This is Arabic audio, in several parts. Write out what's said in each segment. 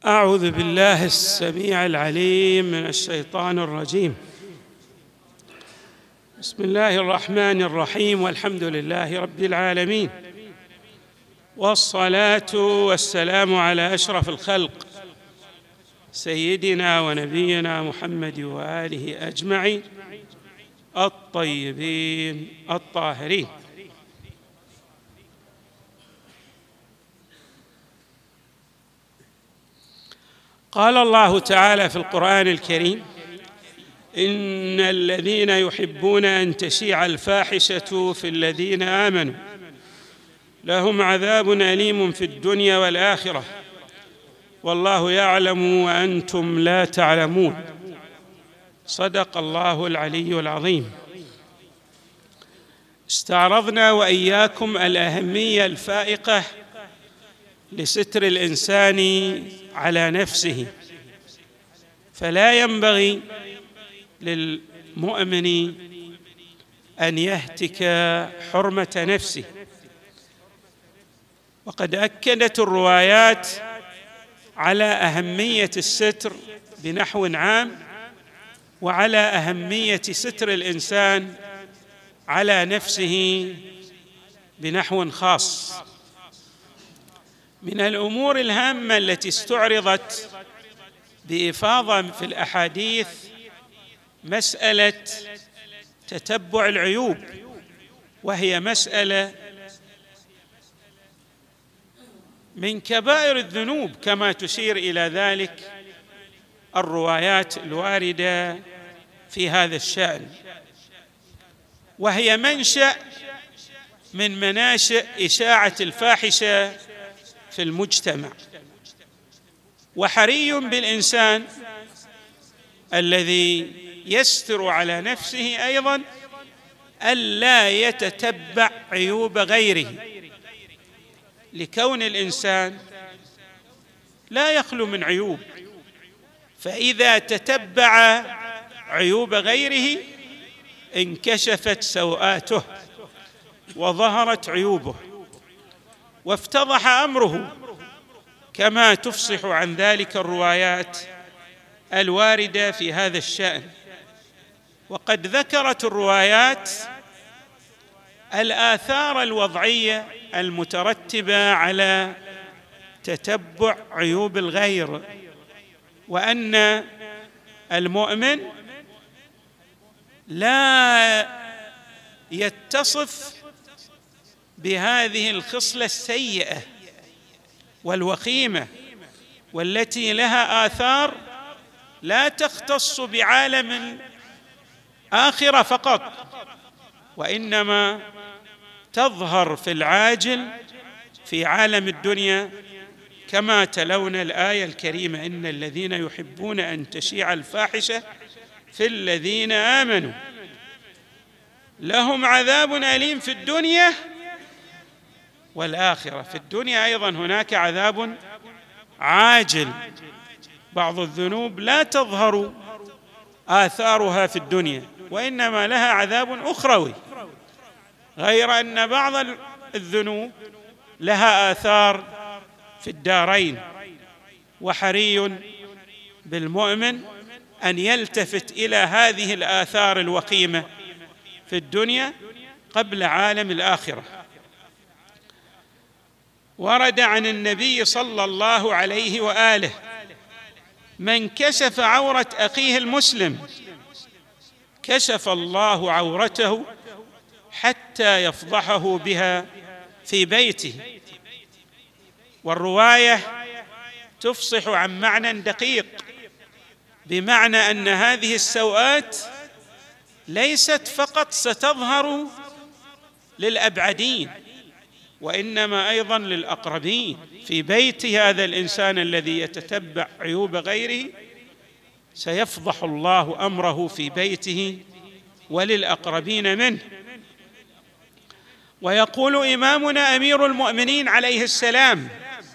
أعوذ بالله السميع العليم من الشيطان الرجيم. بسم الله الرحمن الرحيم، والحمد لله رب العالمين، والصلاة والسلام على أشرف الخلق سيدنا ونبينا محمد وآله أجمعين الطيبين الطاهرين. قال الله تعالى في القرآن الكريم: إن الذين يحبون أن تشيع الفاحشة في الذين آمنوا لهم عذاب أليم في الدنيا والآخرة والله يعلم وأنتم لا تعلمون. صدق الله العلي العظيم. استعرضنا وإياكم الأهمية الفائقة لستر الإنسان على نفسه، فلا ينبغي للمؤمن أن يهتك حرمة نفسه. وقد أكدت الروايات على أهمية الستر بنحو عام، وعلى أهمية ستر الإنسان على نفسه بنحو خاص. من الأمور الهامة التي استعرضت بإفاضة في الأحاديث مسألة تتبع العيوب، وهي مسألة من كبائر الذنوب كما تشير إلى ذلك الروايات الواردة في هذا الشأن، وهي منشأ من مناشئ إشاعة الفاحشة في المجتمع. وحري بالإنسان الذي يستر على نفسه أيضاً ألا يتتبع عيوب غيره، لكون الإنسان لا يخلو من عيوب، فإذا تتبع عيوب غيره انكشفت سوءاته وظهرت عيوبه وافتضح أمره، كما تفصح عن ذلك الروايات الواردة في هذا الشأن. وقد ذكرت الروايات الآثار الوضعية المترتبة على تتبع عيوب الغير، وأن المؤمن لا يتصف بهذه الخصلة السيئة والوخيمة، والتي لها آثار لا تختص بعالم الآخرة فقط، وإنما تظهر في العاجل في عالم الدنيا، كما تلونا الآية الكريمة: إن الذين يحبون أن تشيع الفاحشة في الذين آمنوا لهم عذاب أليم في الدنيا والآخرة. في الدنيا أيضا هناك عذاب عاجل، بعض الذنوب لا تظهر آثارها في الدنيا وإنما لها عذاب أخروي، غير أن بعض الذنوب لها آثار في الدارين. وحري بالمؤمن أن يلتفت إلى هذه الآثار الوخيمة في الدنيا قبل عالم الآخرة. ورد عن النبي صلى الله عليه وآله: من كشف عورة أخيه المسلم كشف الله عورته حتى يفضحه بها في بيته. والرواية تفصح عن معنى دقيق، بمعنى أن هذه السوءات ليست فقط ستظهر للأبعدين، وإنما أيضاً للأقربين. في بيت هذا الإنسان الذي يتتبع عيوب غيره سيفضح الله أمره في بيته وللأقربين منه. ويقول إمامنا أمير المؤمنين عليه السلام: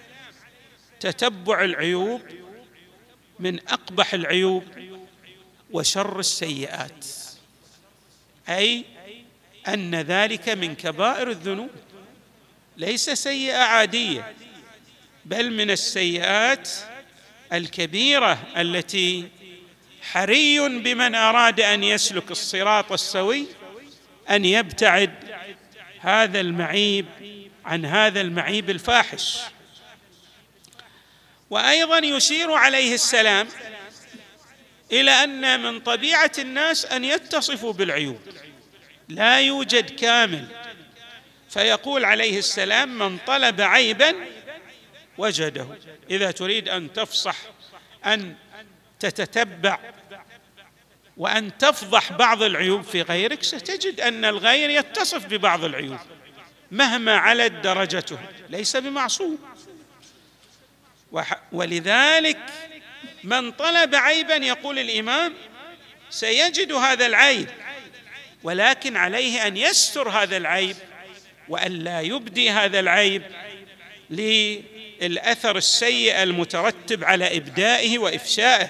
تتبع العيوب من أقبح العيوب وشر السيئات، أي أن ذلك من كبائر الذنوب، ليس سيئة عادية، بل من السيئات الكبيرة التي حري بمن أراد أن يسلك الصراط السوي أن يبتعد هذا المعيب عن هذا المعيب الفاحش. وأيضا يشير عليه السلام إلى أن من طبيعة الناس أن يتصفوا بالعيوب، لا يوجد كامل، فيقول عليه السلام: من طلب عيبا وجده. إذا تريد أن تفصح، أن تتتبع وأن تفضح بعض العيوب في غيرك، ستجد أن الغير يتصف ببعض العيوب مهما علت درجته، ليس بمعصوم. ولذلك من طلب عيبا، يقول الإمام، سيجد هذا العيب، ولكن عليه أن يستر هذا العيب وأن لا يبدي هذا العيب للأثر السيء المترتب على إبدائه وإفشائه.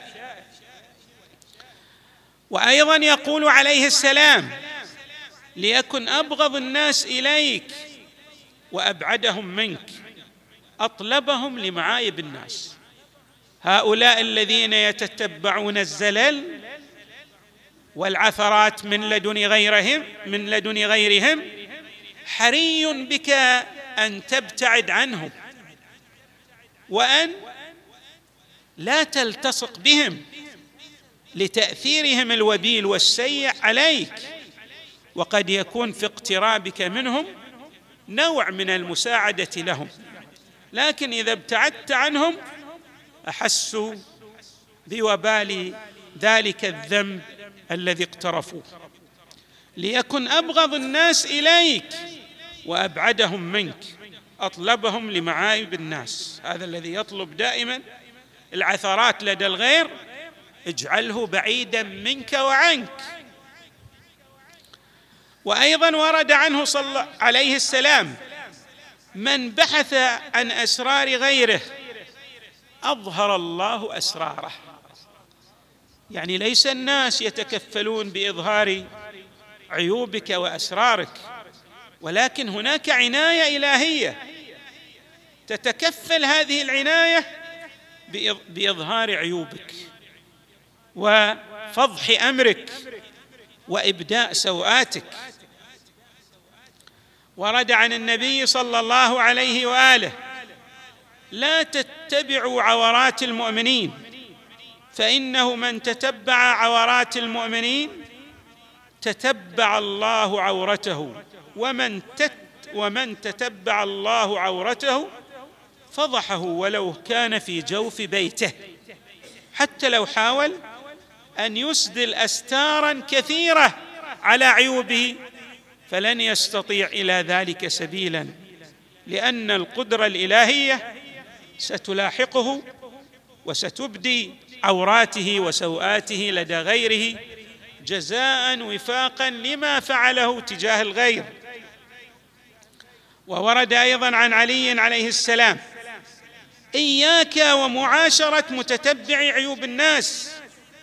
وأيضا يقول عليه السلام: ليكن أبغض الناس إليك وأبعدهم منك أطلبهم لمعايب الناس. هؤلاء الذين يتتبعون الزلل والعثرات من لدن غيرهم حري بك أن تبتعد عنهم وأن لا تلتصق بهم لتأثيرهم الوبيل والسيء عليك، وقد يكون في اقترابك منهم نوع من المساعدة لهم، لكن إذا ابتعدت عنهم أحسوا بوبال ذلك الذنب الذي اقترفوه. ليكن أبغض الناس إليك وأبعدهم منك أطلبهم لمعايب الناس. هذا الذي يطلب دائما العثرات لدى الغير اجعله بعيدا منك وعنك. وأيضا ورد عنه صلى عليه السلام: من بحث عن أسرار غيره أظهر الله أسراره. يعني ليس الناس يتكفلون بإظهار عيوبك وأسرارك، ولكن هناك عناية إلهية تتكفل هذه العناية بإظهار عيوبك وفضح أمرك وإبداء سوءاتك. ورد عن النبي صلى الله عليه وآله: لا تتبعوا عورات المؤمنين، فإنه من تتبع عورات المؤمنين تتبع الله عورته، ومن تتبع الله عورته فضحه ولو كان في جوف بيته. حتى لو حاول أن يسدل أستاراً كثيرة على عيوبه فلن يستطيع إلى ذلك سبيلاً، لأن القدرة الإلهية ستلاحقه وستبدي عوراته وسوءاته لدى غيره جزاء وفاقا لما فعله تجاه الغير. وورد أيضا عن علي عليه السلام: إياك ومعاشرة متتبع عيوب الناس،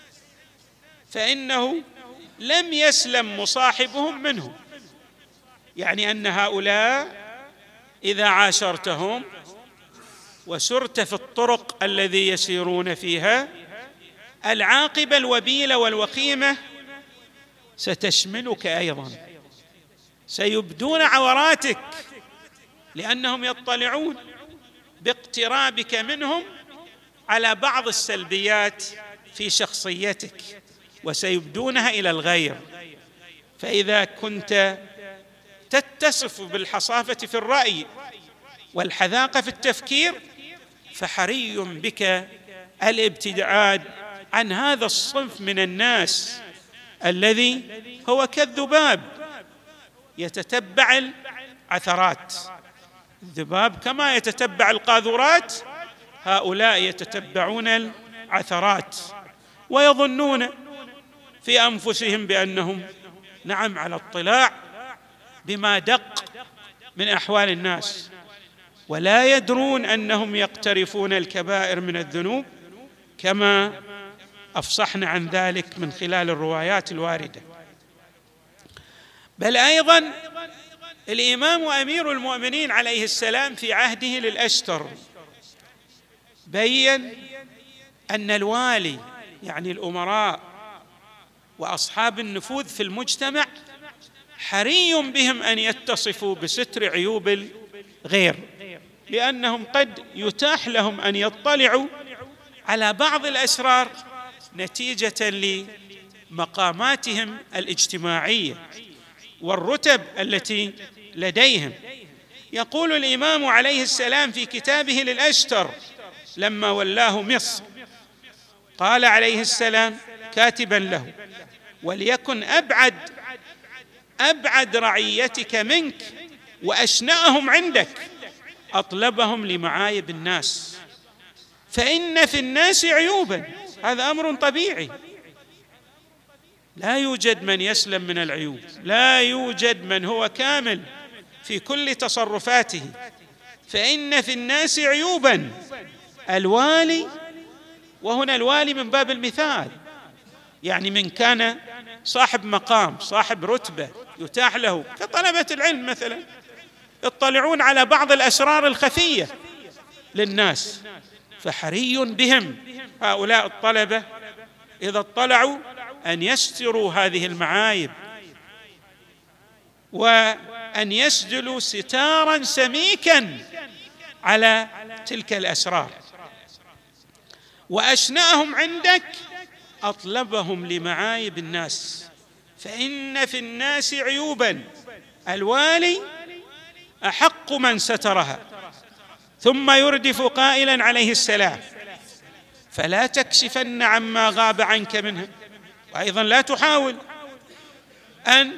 فإنه لم يسلم مصاحبهم منه. يعني أن هؤلاء إذا عاشرتهم وسرت في الطرق الذي يسيرون فيها، العاقبة الوبيلة والوخيمة ستشملك أيضا، سيبدون عوراتك لأنهم يطلعون باقترابك منهم على بعض السلبيات في شخصيتك وسيبدونها إلى الغير. فإذا كنت تتصف بالحصافة في الرأي والحذاقة في التفكير فحري بك الابتعاد عن هذا الصنف من الناس الذي هو كالذباب يتتبع العثرات. الذباب كما يتتبع القاذورات، هؤلاء يتتبعون العثرات ويظنون في أنفسهم بأنهم نعم على اطلاع بما دق من أحوال الناس، ولا يدرون أنهم يقترفون الكبائر من الذنوب، كما أفصحنا عن ذلك من خلال الروايات الواردة. بل أيضا الإمام أمير المؤمنين عليه السلام في عهده للأشتر بين أن الوالي يعني الأمراء وأصحاب النفوذ في المجتمع حري بهم أن يتصفوا بستر عيوب الغير، لأنهم قد يتاح لهم أن يطلعوا على بعض الأسرار نتيجة لمقاماتهم الاجتماعية والرتب التي لديهم. يقول الإمام عليه السلام في كتابه للأشتر لما ولاه مصر، قال عليه السلام كاتبا له: وليكن أبعد رعيتك منك وأشنأهم عندك أطلبهم لمعايب الناس، فإن في الناس عيوبا. هذا أمر طبيعي، لا يوجد من يسلم من العيوب، لا يوجد من هو كامل في كل تصرفاته، فإن في الناس عيوبا. الوالي، وهنا الوالي من باب المثال، يعني من كان صاحب مقام صاحب رتبة يتاح له كطلبة العلم مثلا يطلعون على بعض الأسرار الخفية للناس، فحري بهم هؤلاء الطلبة إذا اطلعوا أن يستروا هذه المعايب وأن يسدلوا ستارا سميكا على تلك الأسرار. وأشنأهم عندك أطلبهم لمعايب الناس، فإن في الناس عيوبا الوالي أحق من سترها. ثم يردف قائلا عليه السلام: فلا تكشفن عما غاب عنك منها. وأيضا لا تحاول أن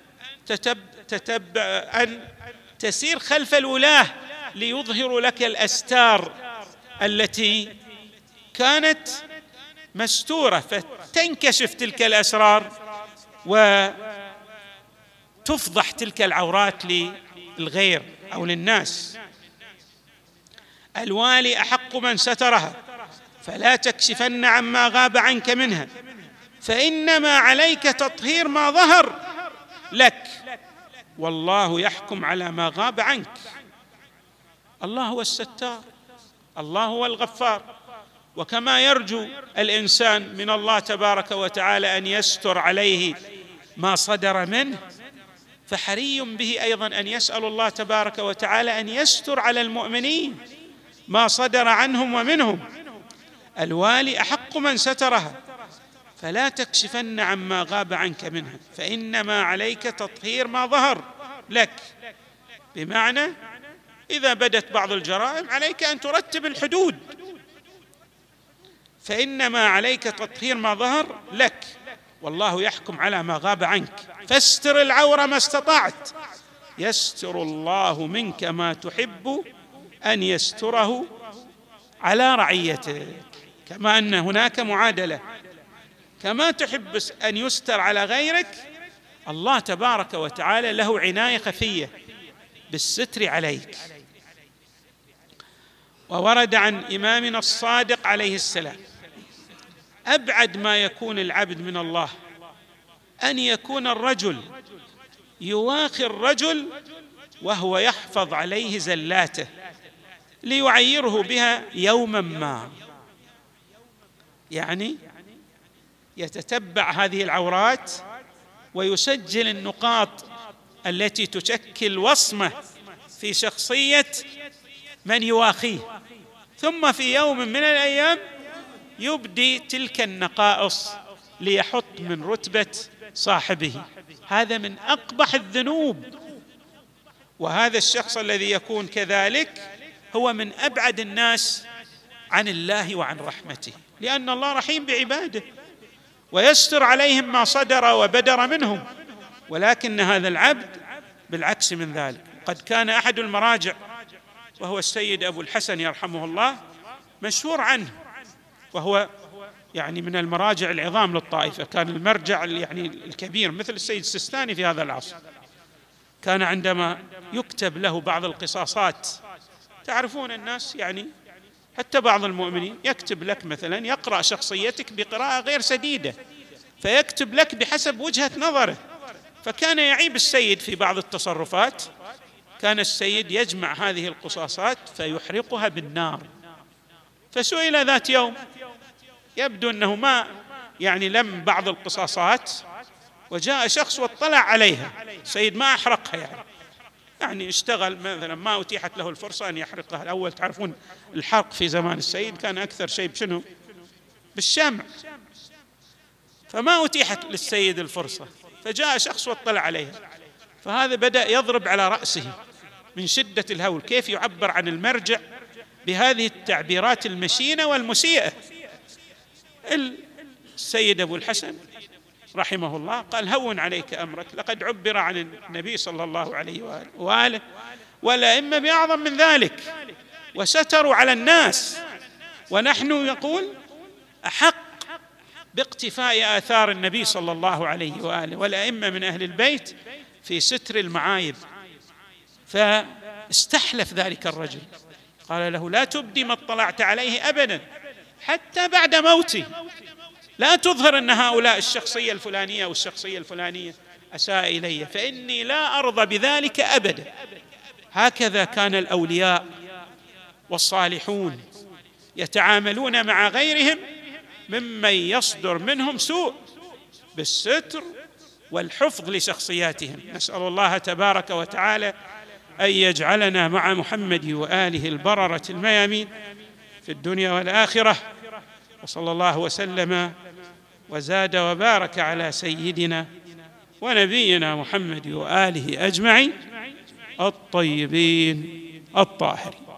أن تسير خلف الولاة ليظهروا لك الأستار التي كانت مستورة، فتنكشف تلك الأسرار وتفضح تلك العورات للغير أو للناس. الوالي أحق من سترها، فلا تكشفن عما غاب عنك منها، فإنما عليك تطهير ما ظهر لك، والله يحكم على ما غاب عنك. الله هو الستار، الله هو الغفار، وكما يرجو الإنسان من الله تبارك وتعالى أن يستر عليه ما صدر منه، فحري به أيضا أن يسأل الله تبارك وتعالى أن يستر على المؤمنين ما صدر عنهم ومنهم. الوالي أحق من سترها، فلا تكشفن عما غاب عنك منها، فإنما عليك تطهير ما ظهر لك. بمعنى إذا بدت بعض الجرائم عليك أن ترتب الحدود، فإنما عليك تطهير ما ظهر لك، والله يحكم على ما غاب عنك. فاستر العورة ما استطعت، يستر الله منك ما تحب أن يستره على رعيتك. كما أن هناك معادلة، كما تحب أن يستر على غيرك، الله تبارك وتعالى له عناية خفية بالستر عليك. وورد عن إمامنا الصادق عليه السلام: أبعد ما يكون العبد من الله أن يكون الرجل يواخي الرجل وهو يحفظ عليه زلاته ليعيره بها يوما ما، يعني يتتبع هذه العورات ويسجل النقاط التي تشكل وصمة في شخصية من يواخيه، ثم في يوم من الأيام يبدي تلك النقائص ليحط من رتبة صاحبه. هذا من أقبح الذنوب، وهذا الشخص الذي يكون كذلك هو من أبعد الناس عن الله وعن رحمته، لأن الله رحيم بعباده ويستر عليهم ما صدر وبدر منهم. ولكن هذا العبد بالعكس من ذلك. قد كان أحد المراجع وهو السيد أبو الحسن يرحمه الله مشهور عنه، وهو يعني من المراجع العظام للطائفة، كان المرجع يعني الكبير مثل السيد السيستاني في هذا العصر. كان عندما يكتب له بعض القصاصات، تعرفون الناس يعني حتى بعض المؤمنين يكتب لك مثلا، يقرأ شخصيتك بقراءة غير سديدة فيكتب لك بحسب وجهة نظره. فكان يعيب السيد في بعض التصرفات، كان السيد يجمع هذه القصاصات فيحرقها بالنار. فسئل ذات يوم يبدو أنه ما لم بعض القصاصات، وجاء شخص واطلع عليها. السيد ما أحرقها، يعني اشتغل مثلا، ما أتيحت له الفرصة أن يحرقها. الأول تعرفون الحرق في زمان السيد كان أكثر شيء بشنو؟ بالشمع، فما أتيحت للسيد الفرصة، فجاء شخص واطلع عليها، فهذا بدأ يضرب على رأسه من شدة الهول. كيف يعبر عن المرجع بهذه التعبيرات المشينة والمسيئة؟ السيد أبو الحسن رحمه الله قال: هون عليك أمرك، لقد عبر عن النبي صلى الله عليه وآله والأئمة بأعظم من ذلك، وستروا على الناس، ونحن يقول أحق باقتفاء آثار النبي صلى الله عليه وآله والأئمة من أهل البيت في ستر المعايب. فاستحلف ذلك الرجل، قال له: لا تبدي ما اطلعت عليه أبدا حتى بعد موتي، لا تظهر أن هؤلاء الشخصية الفلانية أو الشخصية الفلانية أساء إلي، فإني لا أرضى بذلك أبدا. هكذا كان الأولياء والصالحون يتعاملون مع غيرهم ممن يصدر منهم سوء بالستر والحفظ لشخصياتهم. نسأل الله تبارك وتعالى أن يجعلنا مع محمد وآله البررة الميامين في الدنيا والآخرة. وصلى الله وسلم وزاد وبارك على سيدنا ونبينا محمد وآله أجمعين الطيبين الطاهرين.